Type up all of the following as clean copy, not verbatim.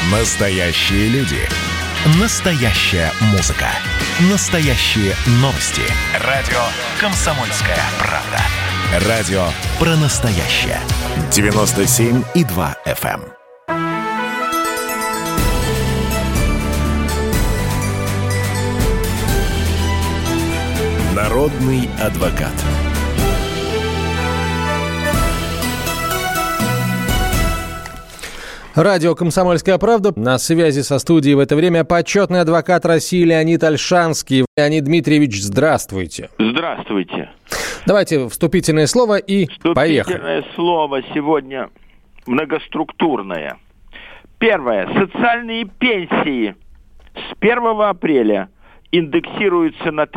Настоящие люди. Настоящая музыка. Настоящие новости. Радио «Комсомольская правда». Радио про настоящее. 97,2 FM. Народный адвокат. Радио «Комсомольская правда». На связи со студией в это время почетный адвокат России Леонид Ольшанский. Леонид Дмитриевич, здравствуйте. Здравствуйте. Давайте вступительное слово и поехали. Вступительное слово сегодня многоструктурное. Первое. Социальные пенсии с 1 апреля индексируются на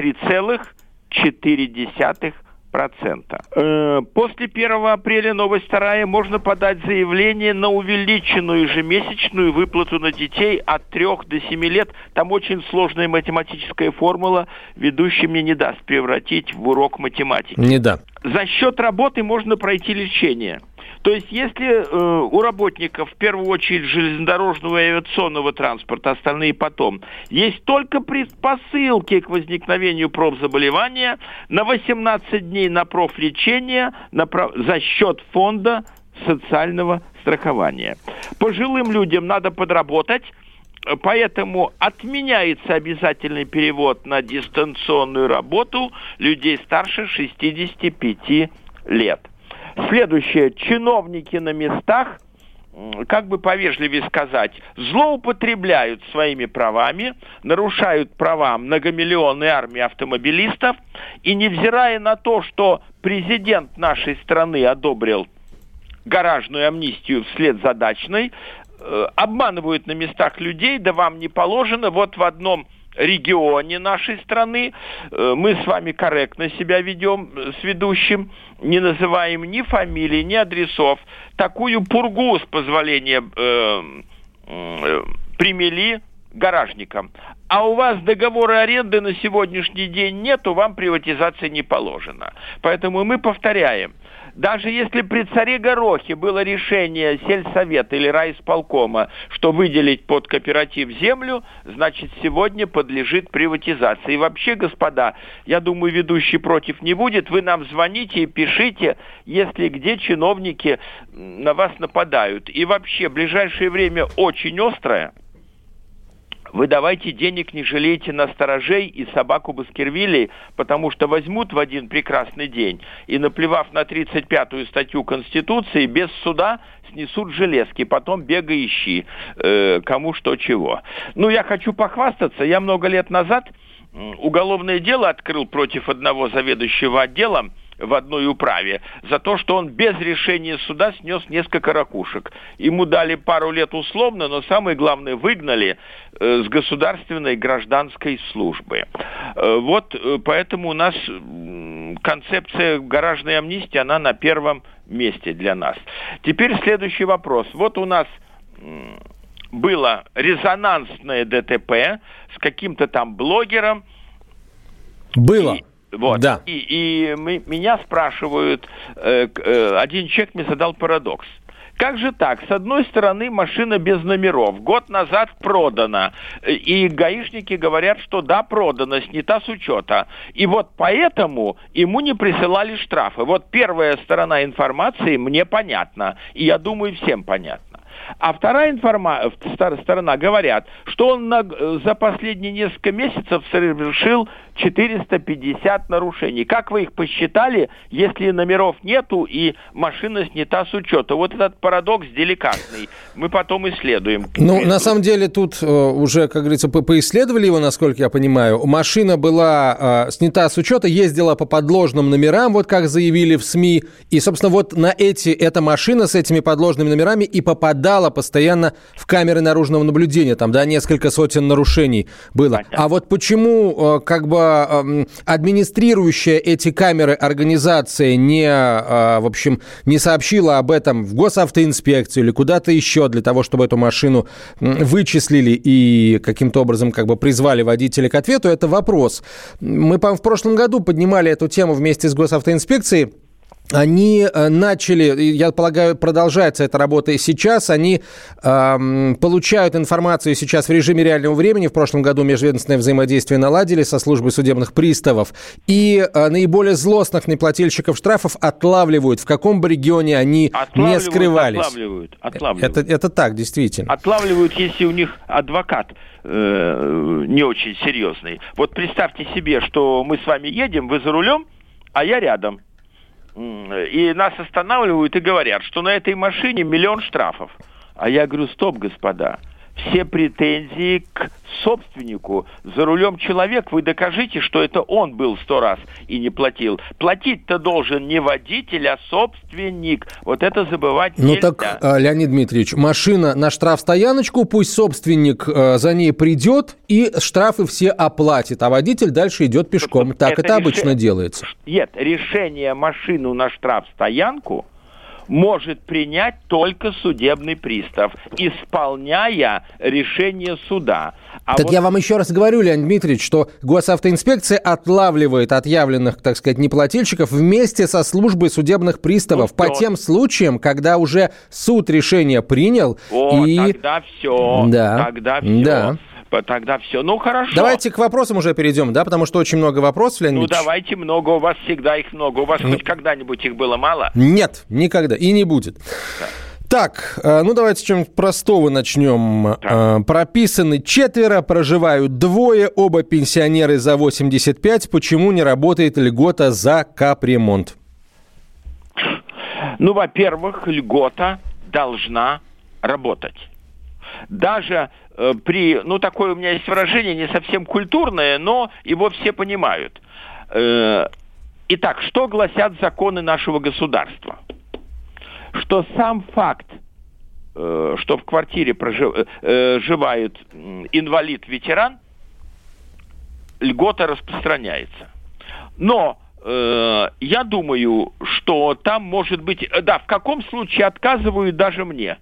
3,4%. После 1 апреля, новость вторая, можно подать заявление на увеличенную ежемесячную выплату на детей от 3 до 7 лет. Там очень сложная математическая формула, ведущий мне не даст превратить в урок математики. Не да. За счет работы можно пройти лечение. То есть, если у работников, в первую очередь, железнодорожного и авиационного транспорта, остальные потом, есть только предпосылки к возникновению профзаболевания, на 18 дней на профлечение за счет фонда социального страхования. Пожилым людям надо подработать, поэтому отменяется обязательный перевод на дистанционную работу людей старше 65 лет. Следующее. Чиновники на местах, как бы повежливее сказать, злоупотребляют своими правами, нарушают права многомиллионной армии автомобилистов, и невзирая на то, что президент нашей страны одобрил гаражную амнистию вслед за дачной, обманывают на местах людей, да вам не положено. Вот в одном регионе нашей страны мы с вами корректно себя ведем с ведущим, не называем ни фамилий, ни адресов. Такую пургу, с позволения, примели гаражникам. А у вас договора аренды на сегодняшний день нету, вам приватизация не положена. Поэтому мы повторяем. Даже если при царе Горохе было решение сельсовета или райисполкома, что выделить под кооператив землю, значит, сегодня подлежит приватизации. И вообще, господа, я думаю, ведущий против не будет. Вы нам звоните и пишите, если где чиновники на вас нападают. И вообще, в ближайшее время очень острое. Вы давайте денег не жалейте на сторожей и собаку Баскервилей, потому что возьмут в один прекрасный день и, наплевав на 35-ю статью Конституции, без суда снесут железки, потом бегай ищи, кому что чего. Ну, я хочу похвастаться, я много лет назад уголовное дело открыл против одного заведующего отделом в одной управе за то, что он без решения суда снес несколько ракушек. Ему дали пару лет условно, но самое главное, выгнали с государственной гражданской службы. Вот поэтому у нас концепция гаражной амнистии, она на первом месте для нас. Теперь следующий вопрос. Вот у нас было резонансное ДТП с каким-то там блогером. Было. Вот. Да. И меня спрашивают, один человек мне задал парадокс. Как же так? С одной стороны, машина без номеров. Год назад продана. И гаишники говорят, что да, продана, снята с учета. И вот поэтому ему не присылали штрафы. Вот первая сторона информации мне понятна. И я думаю, всем понятно. А вторая сторона говорят, что он за последние несколько месяцев совершил 450 нарушений. Как вы их посчитали, если номеров нету и машина снята с учета? Вот этот парадокс деликатный. Мы потом исследуем. Ну, на самом деле, тут уже, как говорится, поисследовали его, насколько я понимаю. Машина была снята с учета, ездила по подложным номерам, вот как заявили в СМИ. И, собственно, вот на эта машина с этими подложными номерами и попадала постоянно в камеры наружного наблюдения. Там, да, несколько сотен нарушений было. Понятно. А вот почему, как бы, администрирующая эти камеры организация в общем, не сообщила об этом в госавтоинспекцию или куда-то еще для того, чтобы эту машину вычислили и каким-то образом как бы призвали водителя к ответу, это вопрос. Мы, в прошлом году поднимали эту тему вместе с госавтоинспекцией. Они начали, я полагаю, продолжается эта работа и сейчас. Они получают информацию сейчас в режиме реального времени. В прошлом году межведомственное взаимодействие наладили со службой судебных приставов. И наиболее злостных неплательщиков штрафов отлавливают, в каком бы регионе они не скрывались. Отлавливают. Это так, действительно. Отлавливают, если у них адвокат не очень серьезный. Вот представьте себе, что мы с вами едем, вы за рулем, а я рядом. И нас останавливают и говорят, что на этой машине 1 000 000 штрафов. А я говорю, стоп, господа, все претензии к собственнику. За рулем человек, вы докажите, что это он был 100 раз и не платил. Платить-то должен не водитель, а собственник. Вот это забывать нельзя. Ну так, Леонид Дмитриевич, машина на штрафстояночку, пусть собственник за ней придет и штрафы все оплатит, а водитель дальше идет пешком. Так это обычно делается. Нет, решение машину на штрафстоянку может принять только судебный пристав, исполняя решение суда. Так вот я вам еще раз говорю, Леонид Дмитриевич, что госавтоинспекция отлавливает отъявленных, так сказать, неплательщиков вместе со службой судебных приставов по тем случаям, когда уже суд решение принял. Тогда все. Да. Тогда все. Да. Тогда все. Ну, хорошо. Давайте к вопросам уже перейдем, да, потому что очень много вопросов, Леонид Ильич. Давайте много. У вас всегда их много. У вас хоть когда-нибудь их было мало? Нет, никогда. И не будет. Да. Так, давайте с чем-нибудь простого начнем. Прописаны 4, проживают 2, оба пенсионеры за 85. Почему не работает льгота за капремонт? Во-первых, льгота должна работать. Даже при, такое у меня есть выражение, не совсем культурное, но его все понимают. Итак, что гласят законы нашего государства? Что сам факт, что в квартире проживает инвалид-ветеран, льгота распространяется. Но я думаю, что там может быть... Да, в каком случае отказывают даже мне?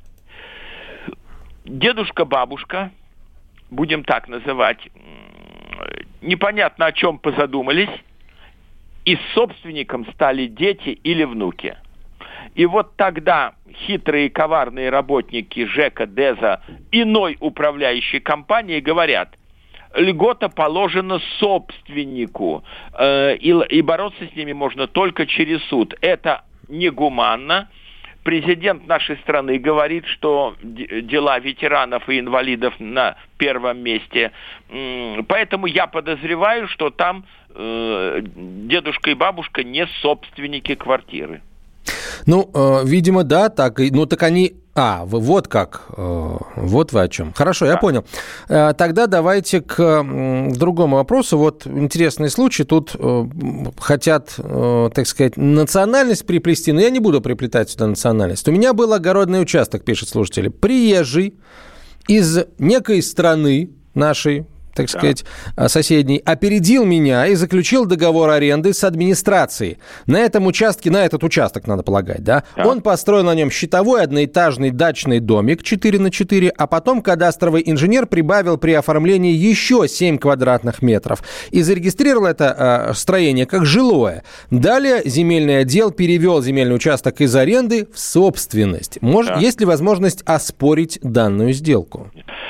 Дедушка, бабушка, будем так называть, непонятно о чем позадумались, и собственником стали дети или внуки. И вот тогда хитрые коварные работники ЖЭКа, ДЭЗа, иной управляющей компании говорят, льгота положена собственнику, и бороться с ними можно только через суд. Это негуманно. Президент нашей страны говорит, что дела ветеранов и инвалидов на первом месте. Поэтому я подозреваю, что там дедушка и бабушка не собственники квартиры. Видимо, да, так. Так они... вот как. Вот вы о чем. Хорошо, я понял. Тогда давайте к другому вопросу. Вот интересный случай. Тут хотят, так сказать, национальность приплести, но я не буду приплетать сюда национальность. У меня был огородный участок, пишет слушатель. Приезжий из некой страны нашей, так сказать, соседний, опередил меня и заключил договор аренды с администрацией. На этот участок, надо полагать, да? Он построил на нем щитовой одноэтажный дачный домик 4x4, а потом кадастровый инженер прибавил при оформлении еще 7 квадратных метров и зарегистрировал это строение как жилое. Далее земельный отдел перевел земельный участок из аренды в собственность. Есть ли возможность оспорить данную сделку?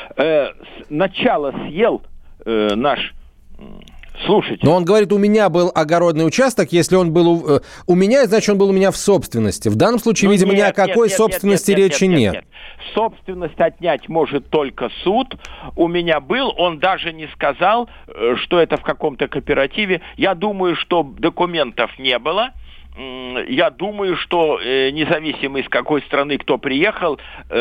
Начало съел наш слушатель. Но он говорит, у меня был огородный участок, если он был у меня, значит, он был у меня в собственности. В данном случае, видимо, ни о какой собственности речи нет. Собственность отнять может только суд. У меня был, он даже не сказал, что это в каком-то кооперативе. Я думаю, что документов не было. Я думаю, что независимо из какой страны кто приехал,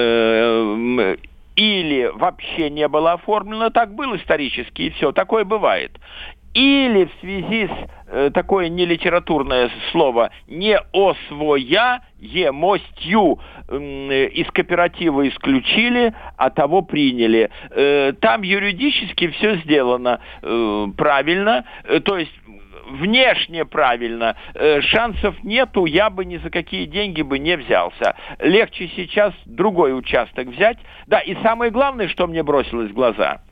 или вообще не было оформлено, так было исторически, и все, такое бывает. Или в связи с такое нелитературное слово «не освояемостью» из кооператива исключили, а того приняли. Там юридически все сделано правильно, то есть внешне правильно, шансов нету, я бы ни за какие деньги бы не взялся. Легче сейчас другой участок взять. Да, и самое главное, что мне бросилось в глаза,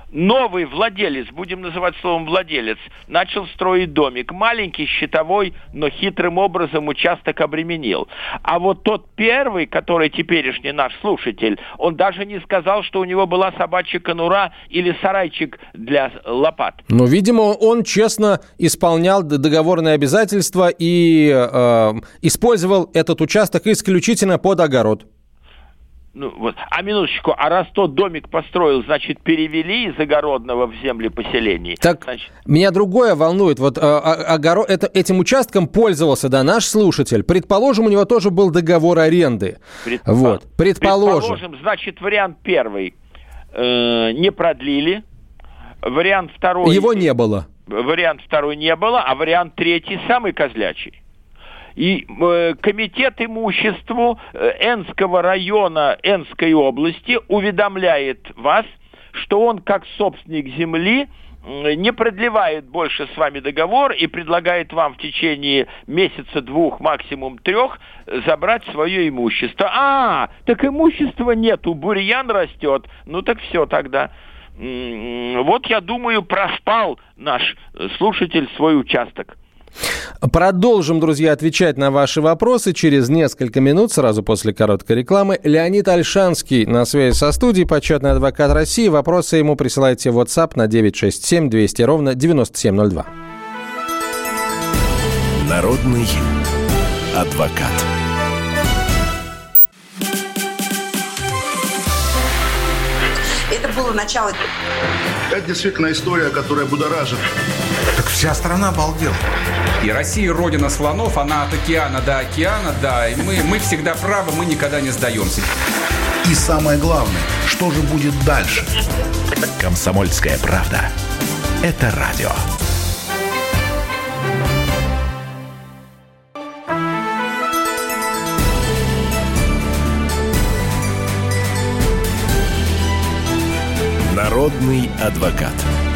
новый владелец, будем называть словом владелец, начал строить домик. Маленький, щитовой, но хитрым образом участок обременил. А вот тот первый, который теперешний наш слушатель, он даже не сказал, что у него была собачья конура или сарайчик для лопат. Ну, видимо, он честно исполнял договорные обязательства и использовал этот участок исключительно под огород. Ну, вот. А минуточку, а раз тот домик построил, значит, перевели из огородного в землепоселение? Так, меня другое волнует. Вот этим участком пользовался, да, наш слушатель. Предположим, у него тоже был договор аренды. Предположим, значит, вариант первый не продлили. Вариант второй... Его не было. Вариант второй не было, а вариант третий самый козлячий. И комитет имуществу Энского района Энской области уведомляет вас, что он как собственник земли не продлевает больше с вами договор и предлагает вам в течение месяца, 2, максимум 3 забрать свое имущество. Так имущества нету, бурьян растет. Ну так все тогда. Вот, я думаю, проспал наш слушатель свой участок. Продолжим, друзья, отвечать на ваши вопросы через несколько минут, сразу после короткой рекламы. Леонид Ольшанский на связи со студией, почетный адвокат России. Вопросы ему присылайте в WhatsApp на 967-200-97-02. Народный адвокат. Это было начало. Это действительно история, которая будоражит. Так вся страна обалдела. И Россия родина слонов, она от океана до океана, да. И мы всегда правы, мы никогда не сдаемся. И самое главное, что же будет дальше? «Комсомольская правда». Это радио. Народный адвокат.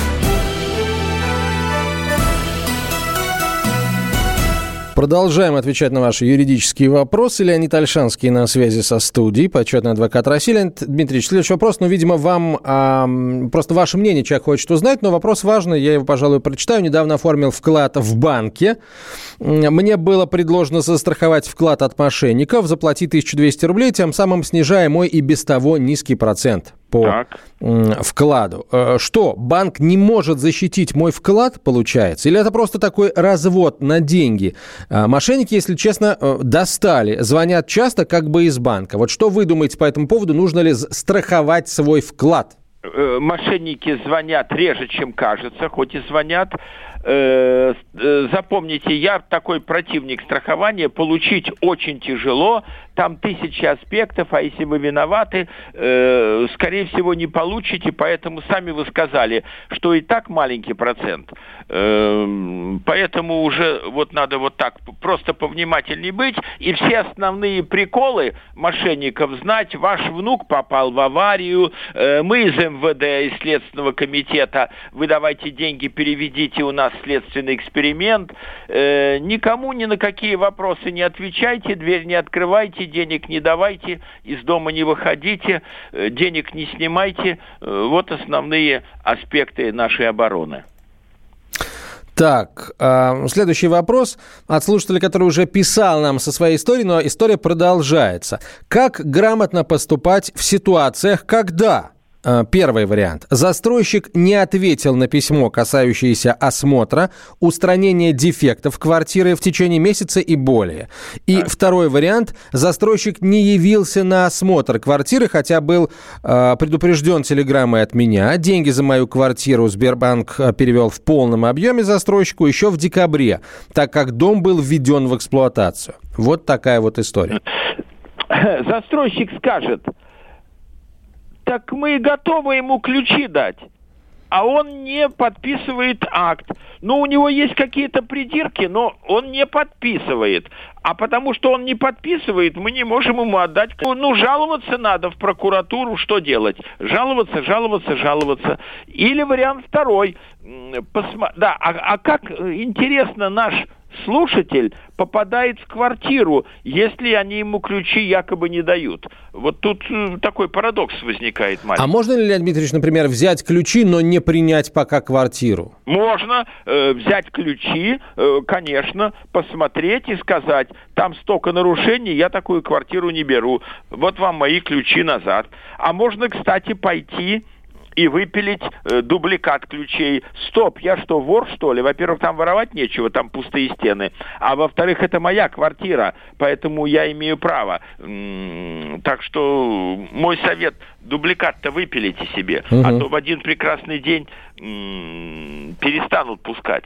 Продолжаем отвечать на ваши юридические вопросы. Леонид Ольшанский на связи со студией, почетный адвокат России. Леонид Дмитриевич, следующий вопрос, видимо, вам просто ваше мнение человек хочет узнать, но вопрос важный, я его, пожалуй, прочитаю. Недавно оформил вклад в банке. Мне было предложено застраховать вклад от мошенников, заплатить 1200 рублей, тем самым снижая мой и без того низкий процент по вкладу. Что, банк не может защитить мой вклад, получается? Или это просто такой развод на деньги? Мошенники, если честно, достали. Звонят часто как бы из банка. Вот что вы думаете по этому поводу? Нужно ли страховать свой вклад? Мошенники звонят реже, чем кажется, хоть и звонят. Запомните, я такой противник страхования, получить очень тяжело, там 1000 аспектов, а если вы виноваты, скорее всего, не получите, поэтому сами вы сказали, что и так маленький процент, поэтому уже вот надо вот так просто повнимательнее быть, и все основные приколы мошенников знать. Ваш внук попал в аварию, мы из МВД, из Следственного комитета, вы давайте деньги переведите у нас следственный эксперимент. Никому ни на какие вопросы не отвечайте, дверь не открывайте, денег не давайте, из дома не выходите, денег не снимайте. Вот основные аспекты нашей обороны. Так, следующий вопрос от слушателя, который уже писал нам со своей историей, но история продолжается. Как грамотно поступать в ситуациях, когда... Первый вариант. Застройщик не ответил на письмо, касающееся осмотра, устранения дефектов квартиры в течение месяца и более. И второй вариант. Застройщик не явился на осмотр квартиры, хотя был предупрежден телеграммой от меня. Деньги за мою квартиру Сбербанк перевел в полном объеме застройщику еще в декабре, так как дом был введен в эксплуатацию. Вот такая вот история. Застройщик скажет: так мы готовы ему ключи дать. А он не подписывает акт. Ну, у него есть какие-то придирки, но он не подписывает. А потому что он не подписывает, мы не можем ему отдать. Ну, жаловаться надо в прокуратуру, что делать? Жаловаться. Или вариант второй. А как, интересно, наш слушатель попадает в квартиру, если они ему ключи якобы не дают. Вот тут такой парадокс возникает маленький. А можно ли, Леонид Дмитриевич, например, взять ключи, но не принять пока квартиру? Можно взять ключи, конечно, посмотреть и сказать, там столько нарушений, я такую квартиру не беру. Вот вам мои ключи назад. А можно, кстати, пойти и выпилить дубликат ключей. Стоп, я что, вор, что ли? Во-первых, там воровать нечего, там пустые стены. А во-вторых, это моя квартира, поэтому я имею право. Так что мой совет, дубликат-то выпилите себе, а то в один прекрасный день перестанут пускать.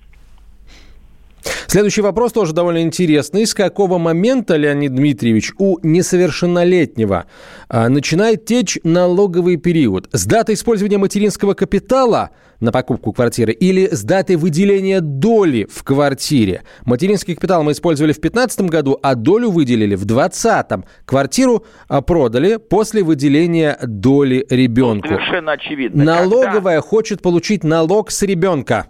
Следующий вопрос тоже довольно интересный. С какого момента, Леонид Дмитриевич, у несовершеннолетнего начинает течь налоговый период? С даты использования материнского капитала на покупку квартиры или с даты выделения доли в квартире? Материнский капитал мы использовали в 2015 году, а долю выделили в 2020. Квартиру продали после выделения доли ребенку. Ну, совершенно очевидно. Налоговая хочет получить налог с ребенка.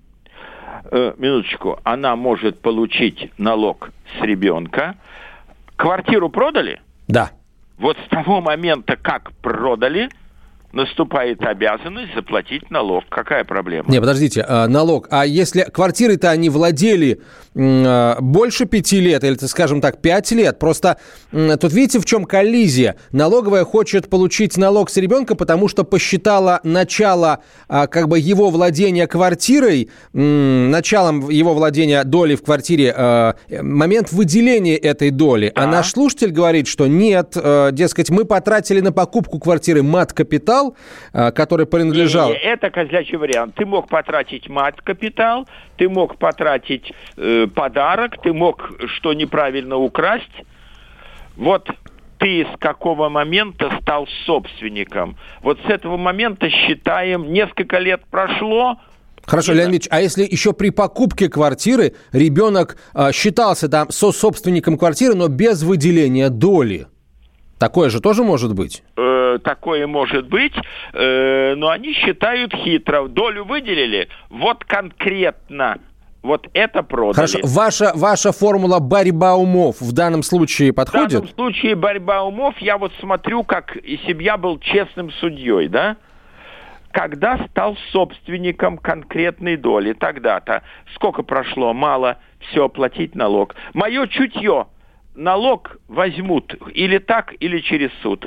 Минуточку, она может получить налог с ребенка. Квартиру продали? Да. Вот с того момента, как продали, наступает обязанность заплатить налог. Какая проблема? Не, подождите, налог. А если квартиры-то они владели больше 5 лет, или, скажем так, 5 лет, просто тут видите, в чем коллизия? Налоговая хочет получить налог с ребенка, потому что посчитала начало как бы его владения квартирой, началом его владения доли в квартире, момент выделения этой доли. Да. А наш слушатель говорит, что нет, дескать, мы потратили на покупку квартиры мат-капитал, который принадлежал... Не, это козлячий вариант. Ты мог потратить мат-капитал, ты мог потратить подарок, ты мог что неправильно украсть. Вот ты с какого момента стал собственником? Вот с этого момента считаем, несколько лет прошло. Хорошо, Леонид Ильич, а если еще при покупке квартиры ребенок считался там собственником квартиры, но без выделения доли? Такое же тоже может быть? Такое может быть, но они считают хитро. Долю выделили, вот конкретно, вот это продали. Хорошо, ваша формула борьба умов в данном случае подходит? В данном случае борьба умов, я вот смотрю, как если бы я был честным судьей, да? Когда стал собственником конкретной доли, тогда-то. Сколько прошло? Мало. Все, платить налог. Мое чутье. Налог возьмут или так, или через суд.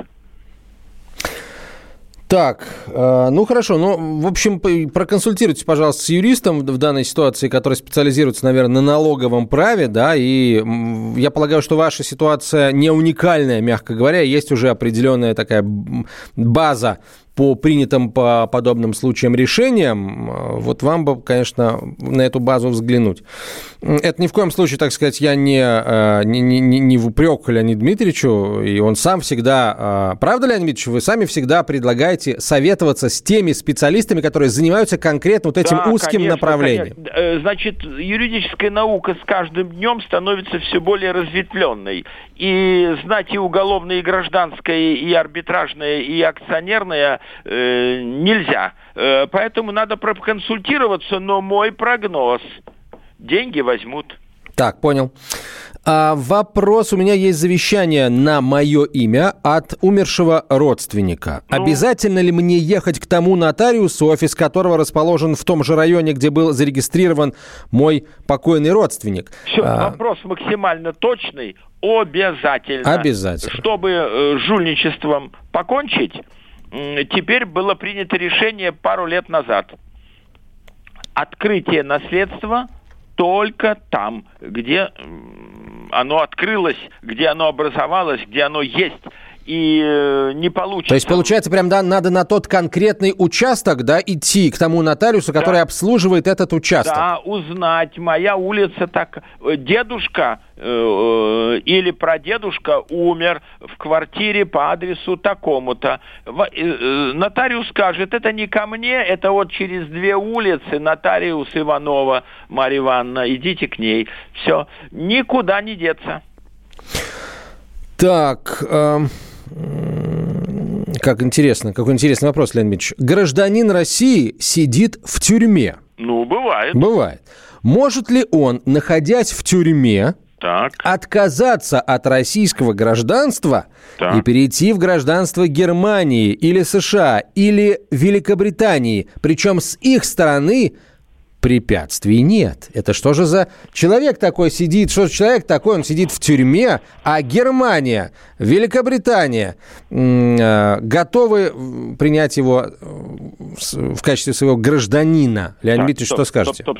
Так, ну хорошо, ну, в общем, проконсультируйтесь, пожалуйста, с юристом в данной ситуации, который специализируется, наверное, на налоговом праве, да, и я полагаю, что ваша ситуация не уникальная, мягко говоря, есть уже определенная такая база по принятым по подобным случаям решениям. Вот вам бы, конечно, на эту базу взглянуть. Это ни в коем случае, так сказать, я не в упрек Леониду Дмитриевичу, и он сам всегда... Правда, Леонид Дмитриевич, вы сами всегда предлагаете советоваться с теми специалистами, которые занимаются конкретно вот этим узким конечно, направлением. Конечно. Значит, юридическая наука с каждым днем становится все более разветвленной. И знать и уголовное, и гражданское, и арбитражное, и акционерное нельзя. Поэтому надо проконсультироваться, но мой прогноз – деньги возьмут. Так, понял. Вопрос. У меня есть завещание на мое имя от умершего родственника. Обязательно ли мне ехать к тому нотариусу, офис которого расположен в том же районе, где был зарегистрирован мой покойный родственник? Все, вопрос максимально точный. Обязательно. Обязательно. Чтобы жульничеством покончить, теперь было принято решение пару лет назад. Открытие наследства только там, где оно открылось, где оно образовалось, где оно есть. И не получится. То есть, получается, прям надо на тот конкретный участок, да, идти к тому нотариусу, который обслуживает этот участок. Да, узнать, моя улица так... Дедушка или прадедушка умер в квартире по адресу такому-то. Нотариус скажет, это не ко мне, это вот через 2 улицы нотариус Иванова Марья Ивановна, идите к ней. Все, никуда не деться. Так... Какой интересный вопрос, Леонид Ильич. Гражданин России сидит в тюрьме. Ну, бывает. Бывает. Может ли он, находясь в тюрьме, отказаться от российского гражданства и перейти в гражданство Германии или США или Великобритании? Причем с их стороны препятствий нет. Это что же за человек такой сидит? Что за человек такой? Он сидит в тюрьме, а Германия, Великобритания готовы принять его в качестве своего гражданина. Леонид Дмитриевич, что скажете? Стоп.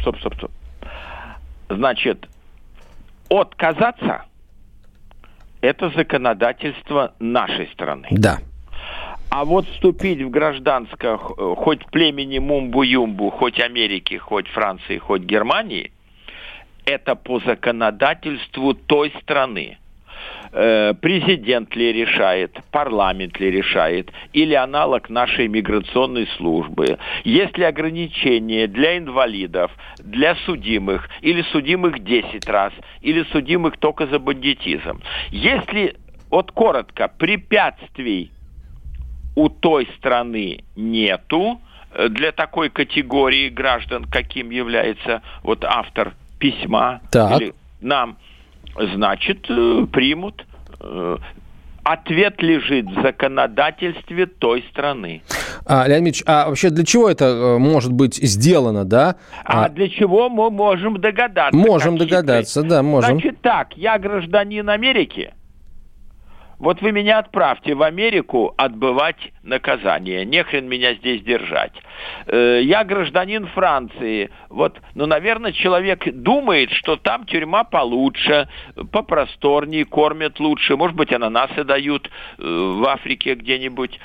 Значит, отказаться – это законодательство нашей страны. Да. А вот вступить в гражданское хоть племени Мумбу-Юмбу, хоть Америки, хоть Франции, хоть Германии – это по законодательству той страны. Президент ли решает, парламент ли решает, или аналог нашей миграционной службы. Есть ли ограничения для инвалидов, для судимых, или судимых 10 раз, или судимых только за бандитизм. Если, вот коротко, препятствий у той страны нету для такой категории граждан, каким является вот автор письма, или нам, значит, примут. Ответ лежит в законодательстве той страны. Леонид Ильич, а вообще для чего это может быть сделано, да? Для чего мы можем догадаться? Можем догадаться, да, можем. Значит так, я гражданин Америки. Вот вы меня отправьте в Америку отбывать наказание. Нехрен меня здесь держать. Я гражданин Франции. Вот, наверное, человек думает, что там тюрьма получше, попросторнее, кормят лучше. Может быть, ананасы дают в Африке где-нибудь.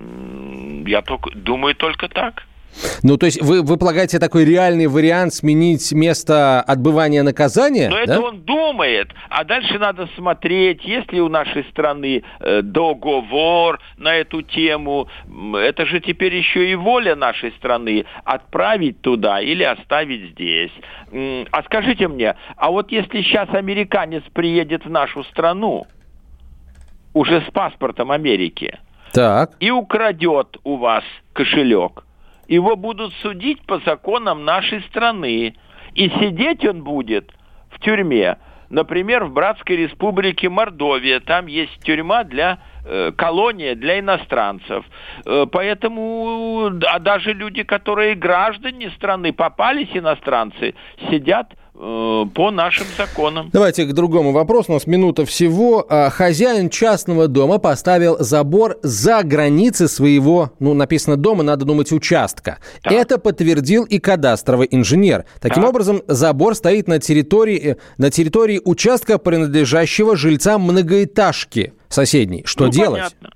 Я думаю только так. Ну, то есть вы полагаете такой реальный вариант сменить место отбывания наказания? Но это он думает. А дальше надо смотреть, есть ли у нашей страны договор на эту тему. Это же теперь еще и воля нашей страны отправить туда или оставить здесь. А скажите мне, а вот если сейчас американец приедет в нашу страну, уже с паспортом Америки, и украдет у вас кошелек, его будут судить по законам нашей страны. И сидеть он будет в тюрьме. Например, в Братской Республике Мордовия. Там есть тюрьма колония для иностранцев. Поэтому даже люди, которые граждане страны, попались иностранцы, сидят по нашим законам. Давайте к другому вопросу. У нас минута всего. Хозяин частного дома поставил забор за границы своего, написано дома, надо думать, участка. Так. Это подтвердил и кадастровый инженер. Таким образом, забор стоит на территории участка, принадлежащего жильцам многоэтажки соседней. Что делать? Понятно.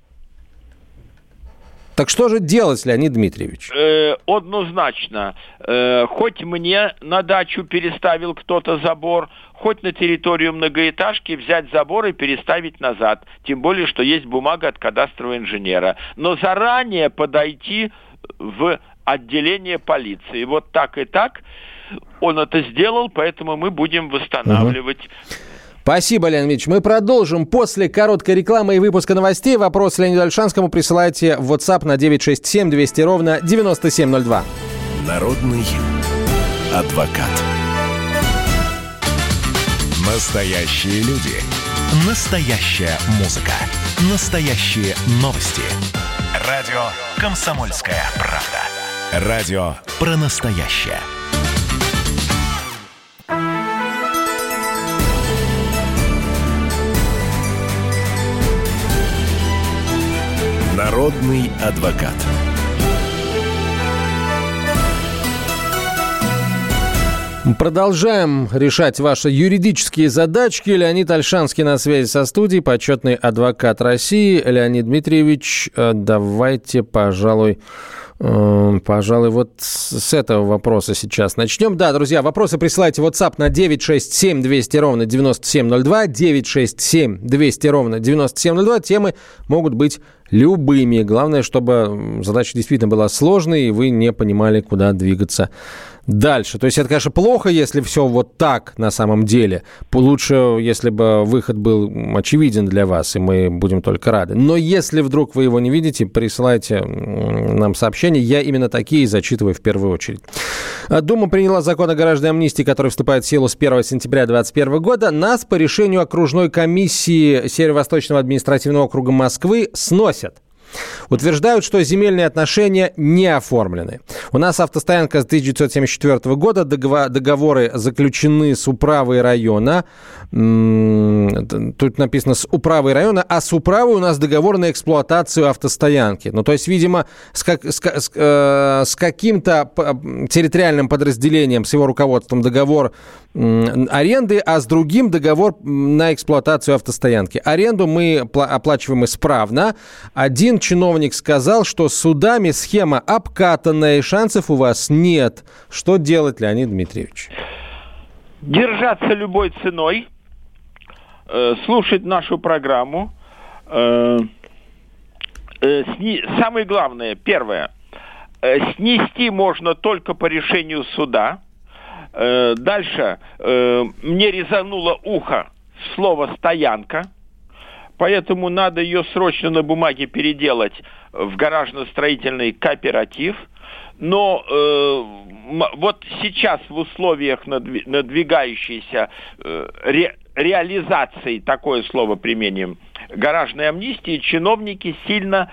Так что же делать, Леонид Дмитриевич? Однозначно. Хоть мне на дачу переставил кто-то забор, хоть на территорию многоэтажки взять забор и переставить назад. Тем более, что есть бумага от кадастрового инженера. Но заранее подойти в отделение полиции. Вот так и так он это сделал, поэтому мы будем восстанавливать. Спасибо, Леонид Ильич. Мы продолжим после короткой рекламы и выпуска новостей. Вопрос Леониду Ольшанскому присылайте в WhatsApp на 967-200-97-02. Народный адвокат. Настоящие люди. Настоящая музыка. Настоящие новости. Радио «Комсомольская правда». Радио про настоящее. Народный адвокат. Продолжаем решать ваши юридические задачки. Леонид Ольшанский на связи со студией, почетный адвокат России. Леонид Дмитриевич, давайте, пожалуй, вот с этого вопроса сейчас начнем. Да, друзья, вопросы присылайте в WhatsApp на 967-200-97-02, 967-200-97-02. Темы могут быть Любыми. Главное, чтобы задача действительно была сложной, и вы не понимали, куда двигаться дальше. То есть это, конечно, плохо, если все вот так на самом деле. Лучше, если бы выход был очевиден для вас, и мы будем только рады. Но если вдруг вы его не видите, присылайте нам сообщения. Я именно такие зачитываю в первую очередь. Дума приняла закон о гаражной амнистии, который вступает в силу с 1 сентября 2021 года. Нас по решению окружной комиссии Северо-Восточного административного округа Москвы сносят. Утверждают, что земельные отношения не оформлены. У нас автостоянка с 1974 года, договоры заключены с управой района. Тут написано «с управой района», а с управой у нас договор на эксплуатацию автостоянки. Ну, то есть, видимо, с каким-то территориальным подразделением, с его руководством договор аренды, а с другим договор на эксплуатацию автостоянки. Аренду мы оплачиваем исправно. Один чиновник сказал, что с судами схема обкатанная, и шансов у вас нет. Что делать, Леонид Дмитриевич? Держаться любой ценой, слушать нашу программу. Самое главное, первое, снести можно только по решению суда. Дальше мне резануло ухо слово «стоянка», поэтому надо ее срочно на бумаге переделать в гаражно-строительный кооператив. Но вот сейчас в условиях надвигающейся реализации, такое слово применим, гаражной амнистии, чиновники сильно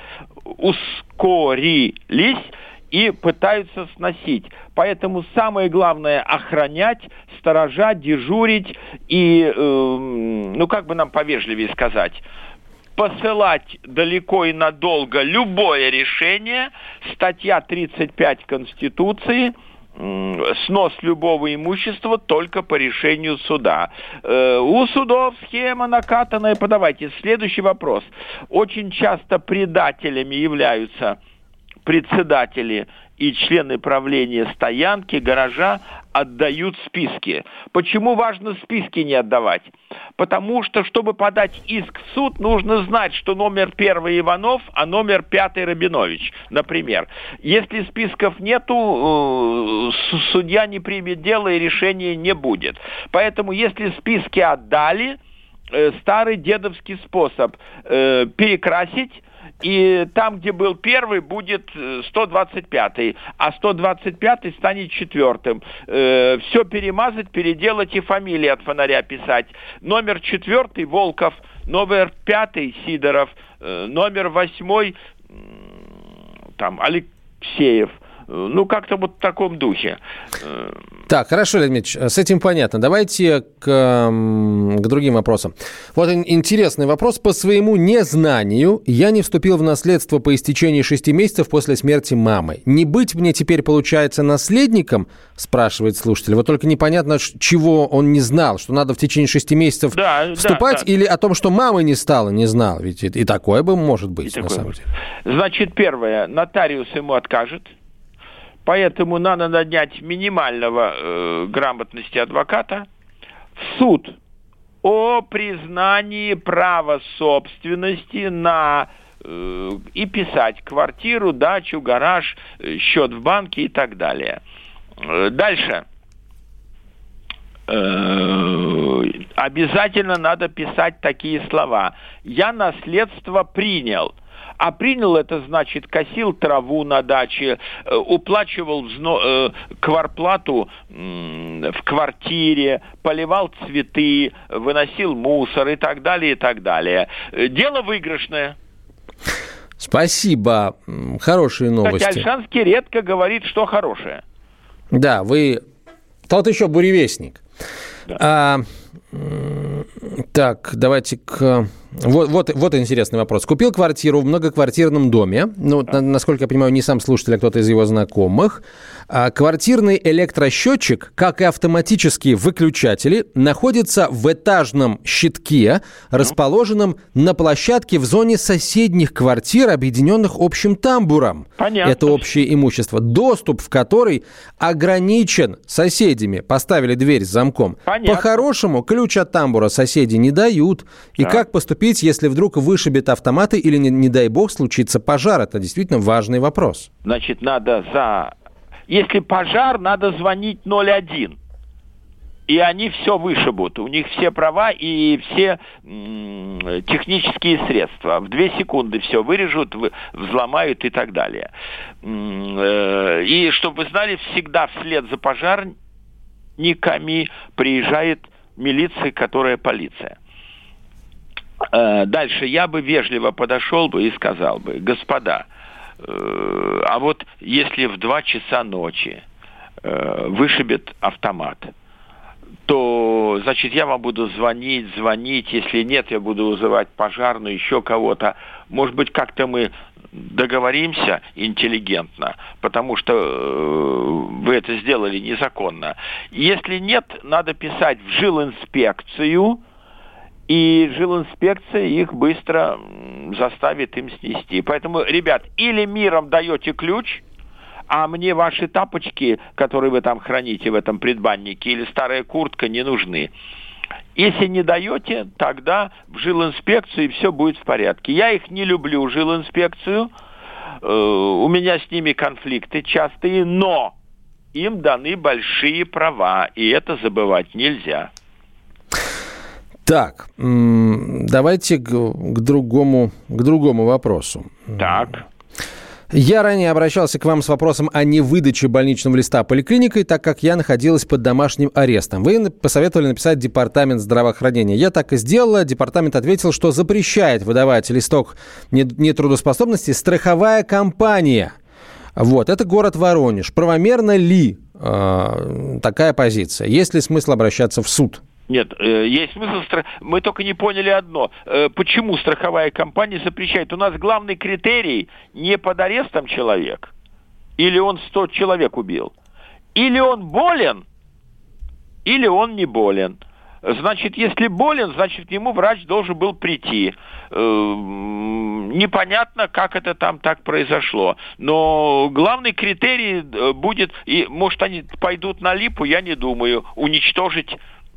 ускорились и пытаются сносить. Поэтому самое главное — охранять, сторожать, дежурить и, как бы нам повежливее сказать, посылать далеко и надолго любое решение. Статья 35 Конституции — снос любого имущества только по решению суда. У судов схема накатанная. Подавайте. Следующий вопрос. Очень часто предателями являются председатели и члены правления стоянки, гаража, отдают списки. Почему важно списки не отдавать? Потому что, чтобы подать иск в суд, нужно знать, что номер 1 Иванов, а номер 5 Рабинович, например. Если списков нету, судья не примет дело и решения не будет. Поэтому, если списки отдали, старый дедовский способ перекрасить, и там, где был первый, будет 125-й, а 125-й станет 4-м. Все перемазать, переделать и фамилии от фонаря писать. Номер 4 Волков, номер 5 Сидоров, номер 8 там Алексеев. Как-то вот в таком духе. Так, хорошо, Леонид Ильич, с этим понятно. Давайте к другим вопросам. Вот интересный вопрос. По своему незнанию я не вступил в наследство по истечении 6 месяцев после смерти мамы. Не быть мне теперь, получается, наследником, спрашивает слушатель. Вот только непонятно, чего он не знал, что надо в течение 6 месяцев вступать, или о том, что мамы не стало, не знал. Ведь и такое бы может быть, на самом деле. Значит, первое, нотариус ему откажет. Поэтому надо нанять минимального грамотности адвоката в суд о признании права собственности на и писать квартиру, дачу, гараж, счет в банке и так далее. Дальше. Обязательно надо писать такие слова. Я наследство принял. А принял — это значит, косил траву на даче, уплачивал квартплату в квартире, поливал цветы, выносил мусор и так далее, и так далее. Дело выигрышное. Спасибо. Хорошие новости. Кстати, Ольшанский редко говорит, что хорошее. Да, вы... Тот еще буревестник. Да. Так, давайте к... Вот интересный вопрос. Купил квартиру в многоквартирном доме. Насколько я понимаю, не сам слушатель, а кто-то из его знакомых. Квартирный электросчетчик, как и автоматические выключатели, находится в этажном щитке, расположенном на площадке в зоне соседних квартир, объединенных общим тамбуром. Понятно. Это общее имущество, доступ в который ограничен соседями. Поставили дверь с замком. Понятно. По-хорошему, ключ от тамбура соседи не дают. И как поступить потерпеть, если вдруг вышибет автоматы или, не дай бог, случится пожар? Это действительно важный вопрос. Значит, если пожар, надо звонить 01. И они все вышибут. У них все права и все технические средства. В 2 секунды все вырежут, взломают и так далее. И, чтобы вы знали, всегда вслед за пожарниками приезжает милиция, которая полиция. Дальше я бы вежливо подошел бы и сказал бы: господа, а вот если в 2 часа ночи вышибет автомат, то, значит, я вам буду звонить. Если нет, я буду вызывать пожарную, еще кого-то. Может быть, как-то мы договоримся интеллигентно, потому что вы это сделали незаконно. Если нет, надо писать в жилинспекцию, и жилинспекция их быстро заставит им снести. Поэтому, ребят, или миром даете ключ, а мне ваши тапочки, которые вы там храните в этом предбаннике, или старая куртка не нужны. Если не даете, тогда в жилинспекцию, и все будет в порядке. Я их не люблю, жилинспекцию. У меня с ними конфликты частые, но им даны большие права, и это забывать нельзя. Так, давайте к другому вопросу. Так. Я ранее обращался к вам с вопросом о невыдаче больничного листа поликлиникой, так как я находилась под домашним арестом. Вы посоветовали написать департамент здравоохранения. Я так и сделала. Департамент ответил, что запрещает выдавать листок нетрудоспособности страховая компания. Вот, это город Воронеж. Правомерно ли такая позиция? Есть ли смысл обращаться в суд? Нет, есть смысл. Мы только не поняли одно. Почему страховая компания запрещает? У нас главный критерий не под арестом человек, или он 100 человек убил, или он болен, или он не болен. Значит, если болен, значит, к нему врач должен был прийти. Непонятно, как это там так произошло. Но главный критерий будет, и может они пойдут на липу, я не думаю, уничтожить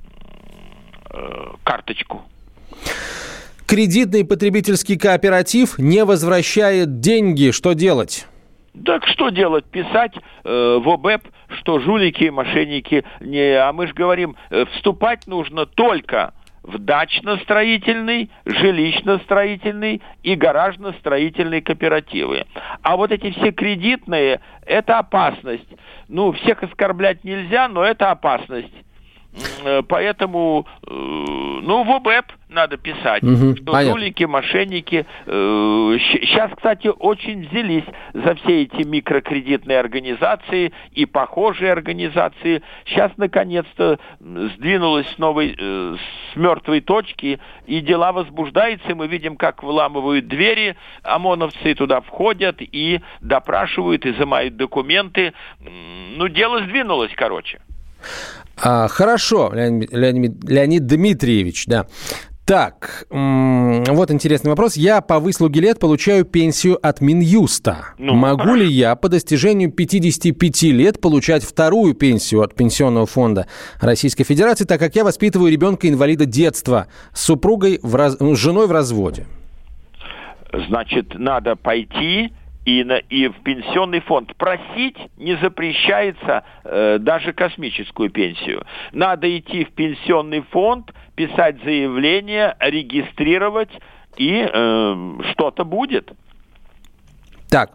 карточку. Кредитный потребительский кооператив не возвращает деньги. Что делать? Так что делать? Писать в ОБЭП, что жулики и мошенники. А мы же говорим, вступать нужно только в дачно-строительный, жилищно-строительный и гаражно-строительный кооперативы. А вот эти все кредитные, это опасность. Всех оскорблять нельзя, но это опасность. Поэтому, в ОБЭП надо писать, что жулики, мошенники. Сейчас, кстати, очень взялись за все эти микрокредитные организации и похожие организации. Сейчас, наконец-то, сдвинулось с мертвой точки, и дела возбуждаются, и мы видим, как выламывают двери, ОМОНовцы туда входят и допрашивают, изымают документы. Дело сдвинулось, короче. Хорошо, Леонид Дмитриевич, да. Так, вот интересный вопрос. Я по выслуге лет получаю пенсию от Минюста. Могу ли я по достижению 55 лет получать вторую пенсию от Пенсионного фонда Российской Федерации, так как я воспитываю ребенка-инвалида детства с супругой, с женой в разводе? Значит, надо пойти и в пенсионный фонд. Просить не запрещается даже космическую пенсию. Надо идти в пенсионный фонд, писать заявление, регистрировать, и что-то будет. Так,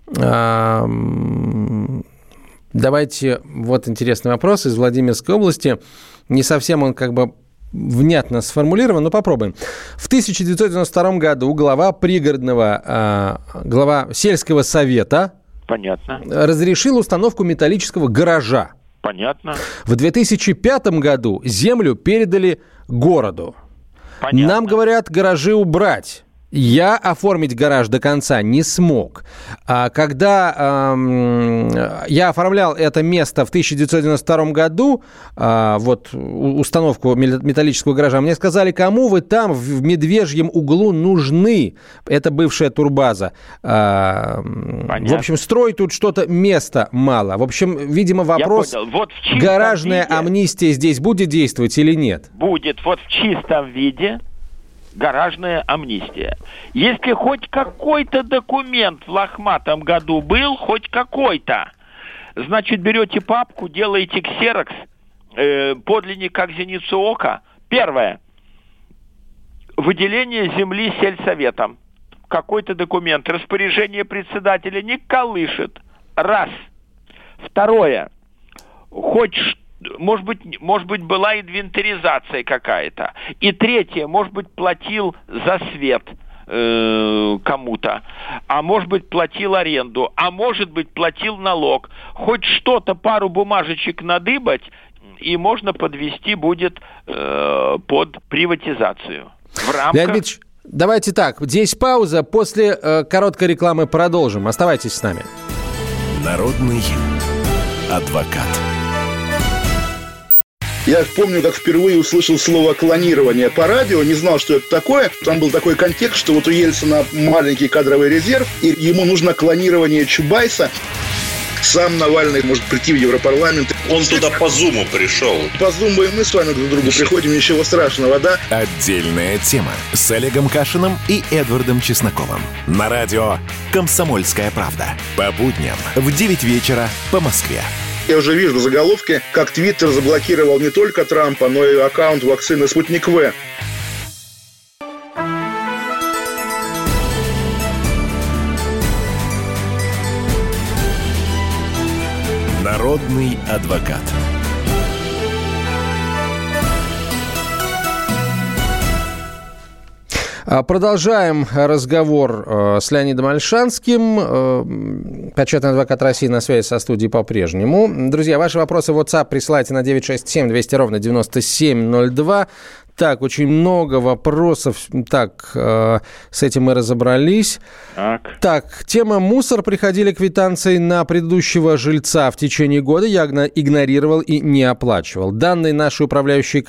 давайте, вот интересный вопрос из Владимирской области. Не совсем он внятно сформулирован, но попробуем. В 1992 году глава сельского совета разрешил установку металлического гаража. Понятно. В 2005 году землю передали городу. Понятно. Нам говорят, гаражи убрать. Я оформить гараж до конца не смог. Когда я оформлял это место в 1992 году, установку металлического гаража, мне сказали, кому вы там в Медвежьем углу нужны. Это бывшая турбаза. В общем, строить тут что-то места мало. В общем, видимо, вопрос, гаражная амнистия здесь будет действовать или нет? Будет. Вот в чистом виде гаражная амнистия. Если хоть какой-то документ в лохматом году был, хоть какой-то, значит, берете папку, делаете ксерокс, подлинник как зеницу ока. Первое. Выделение земли сельсоветом. Какой-то документ. Распоряжение председателя не колышет. Раз. Второе. Может быть, была инвентаризация какая-то. И третье. Может быть, платил за свет кому-то. А может быть, платил аренду. А может быть, платил налог. Хоть что-то, пару бумажечек надыбать, и можно подвести будет под приватизацию. В рамках... Леонид Ильич, давайте так, здесь пауза, после короткой рекламы продолжим. Оставайтесь с нами. Народный адвокат. Я помню, как впервые услышал слово «клонирование» по радио, не знал, что это такое. Там был такой контекст, что вот у Ельцина маленький кадровый резерв, и ему нужно клонирование Чубайса. Сам Навальный может прийти в Европарламент. Он туда по Зуму пришел. По Зуму и мы с вами друг к другу приходим, ничего страшного, да? Отдельная тема с Олегом Кашиным и Эдвардом Чесноковым. На радио «Комсомольская правда». По будням в 9 вечера по Москве. Я уже вижу заголовки, как Твиттер заблокировал не только Трампа, но и аккаунт вакцины «Спутник В». Народный адвокат. Продолжаем разговор с Леонидом Ольшанским. Почетный адвокат России на связи со студией по-прежнему. Друзья, ваши вопросы в WhatsApp присылайте на 967-200-97-02. Так, очень много вопросов. Так, с этим мы разобрались. Так, тема «Мусор». Приходили квитанции на предыдущего жильца в течение года. Я игнорировал и не оплачивал. Данные нашей управляющей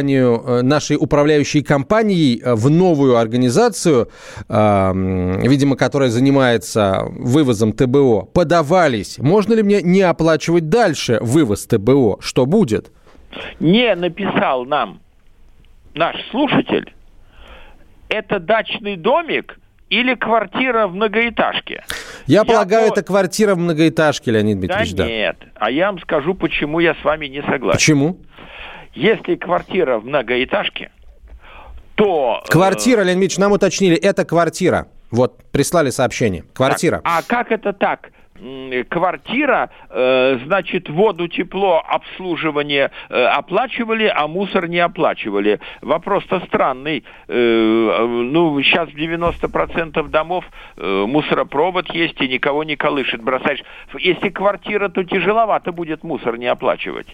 компанией в новую организацию, видимо, которая занимается вывозом ТБО, подавались. Можно ли мне не оплачивать дальше вывоз ТБО? Что будет? Не написал нам наш слушатель, это дачный домик или квартира в многоэтажке? Я полагаю, это квартира в многоэтажке, Леонид Дмитриевич. Да нет, а я вам скажу, почему я с вами не согласен. Почему? Если квартира в многоэтажке, то... Квартира, Леонид Дмитриевич, нам уточнили, это квартира. Вот, прислали сообщение. Квартира. Так, а как это так? Квартира, значит, воду, тепло, обслуживание оплачивали, а мусор не оплачивали. Вопрос-то странный. Сейчас в 90% домов мусоропровод есть и никого не колышет. Бросаешь. Если квартира, то тяжеловато будет мусор не оплачивать.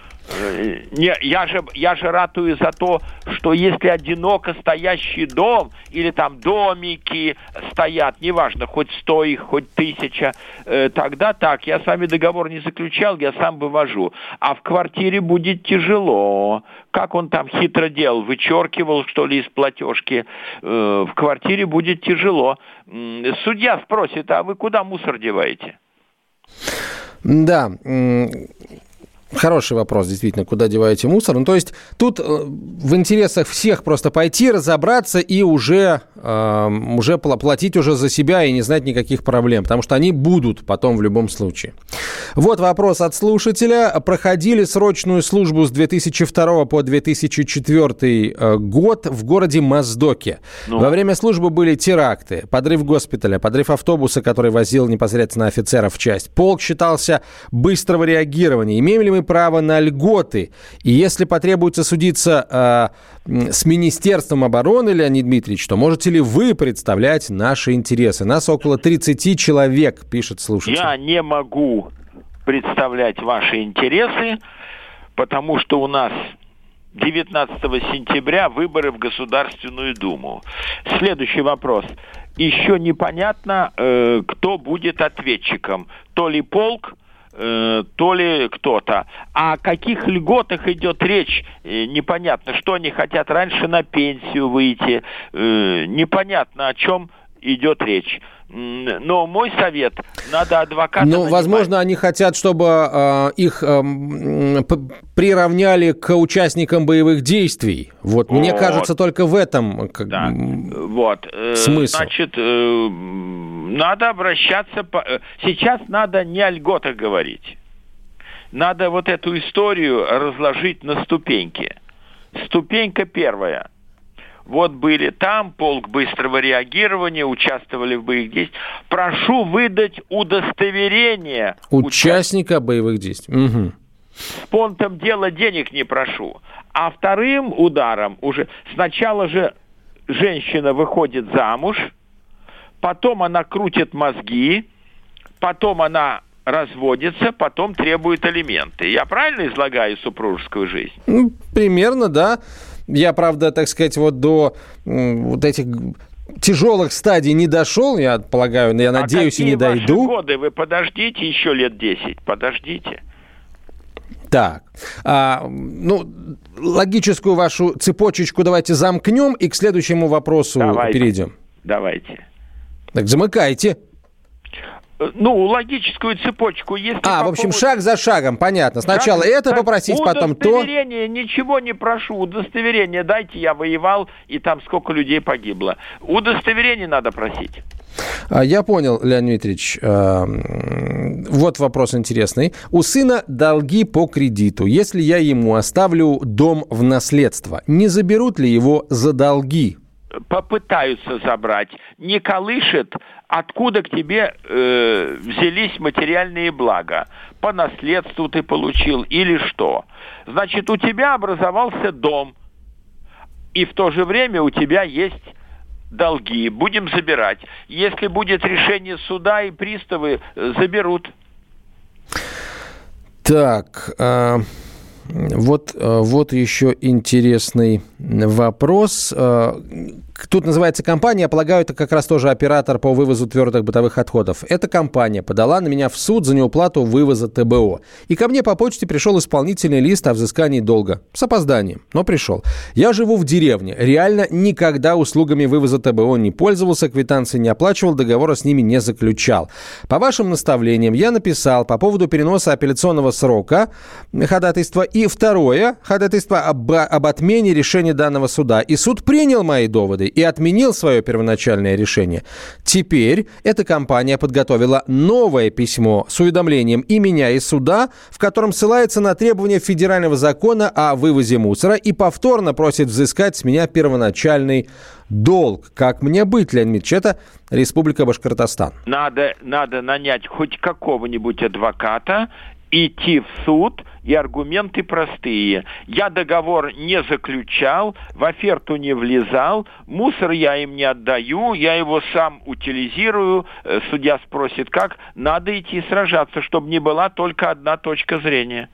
Я же ратую за то, что если одиноко стоящий дом или там домики стоят, неважно, хоть 100 их, хоть 1000, тогда так, я с вами договор не заключал, я сам вывожу. А в квартире будет тяжело. Как он там хитро делал, вычеркивал, что ли, из платежки. В квартире будет тяжело. Судья спросит, а вы куда мусор деваете? Да, хороший вопрос, действительно, куда деваете мусор. Ну, то есть тут в интересах всех просто пойти, разобраться и уже платить уже за себя и не знать никаких проблем, потому что они будут потом в любом случае. Вот вопрос от слушателя. Проходили срочную службу с 2002 по 2004 год в городе Моздоке. Во время службы были теракты, подрыв госпиталя, подрыв автобуса, который возил непосредственно офицеров в часть. Полк считался быстрого реагирования. Имеем ли мы право на льготы? И если потребуется судиться с Министерством обороны, Леонид Дмитриевич, то можете ли вы представлять наши интересы? Нас около 30 человек, пишет слушатель. Я не могу представлять ваши интересы, потому что у нас 19 сентября выборы в Государственную Думу. Следующий вопрос. Еще непонятно, кто будет ответчиком. То ли полк, то ли кто-то. О каких льготах идет речь, непонятно. Что они хотят раньше на пенсию выйти, непонятно, о чем идет речь. Но мой совет, надо адвоката нанимать. Возможно, они хотят, чтобы их приравняли к участникам боевых действий. Мне кажется, только в этом смысл. Значит, надо обращаться... Сейчас надо не о льготах говорить. Надо вот эту историю разложить на ступеньки. Ступенька первая. Вот были там, полк быстрого реагирования, участвовали в боевых действиях. Прошу выдать удостоверение участника боевых действий. Угу. С понтом дела денег не прошу. А вторым ударом уже сначала же женщина выходит замуж, потом она крутит мозги, потом она разводится, потом требует алименты. Я правильно излагаю супружескую жизнь? Примерно, да. Я, правда, так сказать, до вот этих тяжелых стадий не дошел, я полагаю, я надеюсь, и не дойду. Ваши годы? Вы подождите еще лет 10, подождите. Так, логическую вашу цепочечку давайте замкнем и к следующему вопросу перейдем. Давайте. Так, замыкайте. Логическую цепочку, если... в общем, шаг за шагом, понятно. Сначала это попросить, потом то... Удостоверение, ничего не прошу. Удостоверение дайте, я воевал, и там сколько людей погибло. Удостоверение надо просить. Я понял, Леонид Дмитриевич. Вот вопрос интересный. У сына долги по кредиту. Если я ему оставлю дом в наследство, не заберут ли его за долги? Попытаются забрать. Не колышет, откуда к тебе взялись материальные блага. По наследству ты получил или что. Значит, у тебя образовался дом. И в то же время у тебя есть долги. Будем забирать. Если будет решение суда, и приставы заберут. Так, вот еще интересный вопрос. Тут называется компания, я полагаю, это как раз тоже оператор по вывозу твердых бытовых отходов. Эта компания подала на меня в суд за неуплату вывоза ТБО. И ко мне по почте пришел исполнительный лист о взыскании долга. С опозданием, но пришел. Я живу в деревне. Реально никогда услугами вывоза ТБО не пользовался, квитанции не оплачивал, договора с ними не заключал. По вашим наставлениям я написал по поводу переноса апелляционного срока ходатайства и второе ходатайство об отмене решения данного суда. И суд принял мои доводы и отменил свое первоначальное решение. Теперь эта компания подготовила новое письмо с уведомлением и меня, и суда, в котором ссылается на требования федерального закона о вывозе мусора и повторно просит взыскать с меня первоначальный долг. Как мне быть, Леонид Ильич? Это Республика Башкортостан. Надо нанять хоть какого-нибудь адвоката, идти в суд, и аргументы простые. Я договор не заключал, в оферту не влезал, мусор я им не отдаю, я его сам утилизирую. Судья спросит, как? Надо идти сражаться, чтобы не была только одна точка зрения.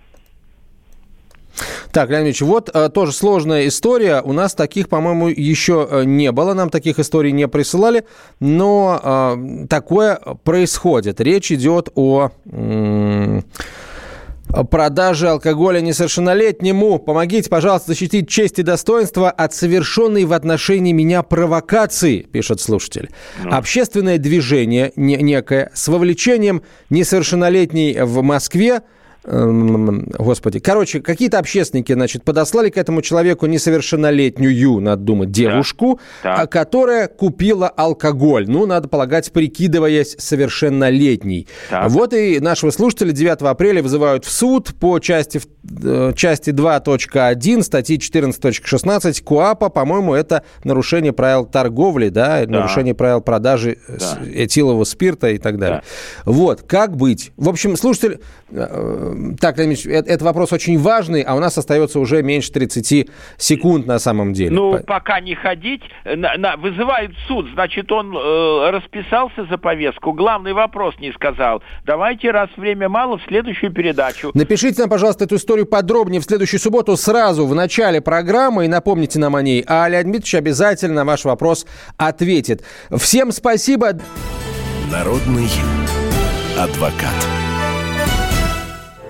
Так, Леонид Ильич, вот тоже сложная история. У нас таких, по-моему, еще не было. Нам таких историй не присылали. Но такое происходит. Речь идет о продаже алкоголя несовершеннолетнему. Помогите, пожалуйста, защитить честь и достоинство от совершенной в отношении меня провокации, пишет слушатель. Общественное движение некое с вовлечением несовершеннолетней в Москве. Господи. Короче, какие-то общественники, подослали к этому человеку несовершеннолетнюю, надо думать, девушку, которая купила алкоголь. надо полагать, прикидываясь совершеннолетней. Вот и нашего слушателя 9 апреля вызывают в суд по части 2.1 статьи 14.16 КоАПа. По-моему, это нарушение правил торговли, нарушение правил продажи этилового спирта и так далее. Вот, как быть? В общем, слушатель... Так, Леонид Ильич, это вопрос очень важный, а у нас остается уже меньше 30 секунд на самом деле. Пока не ходить. Вызывают суд, значит, он расписался за повестку. Главный вопрос не сказал. Давайте, раз время мало, в следующую передачу. Напишите нам, пожалуйста, эту историю подробнее в следующую субботу сразу в начале программы и напомните нам о ней. А Леонид Дмитриевич обязательно на ваш вопрос ответит. Всем спасибо. Народный адвокат.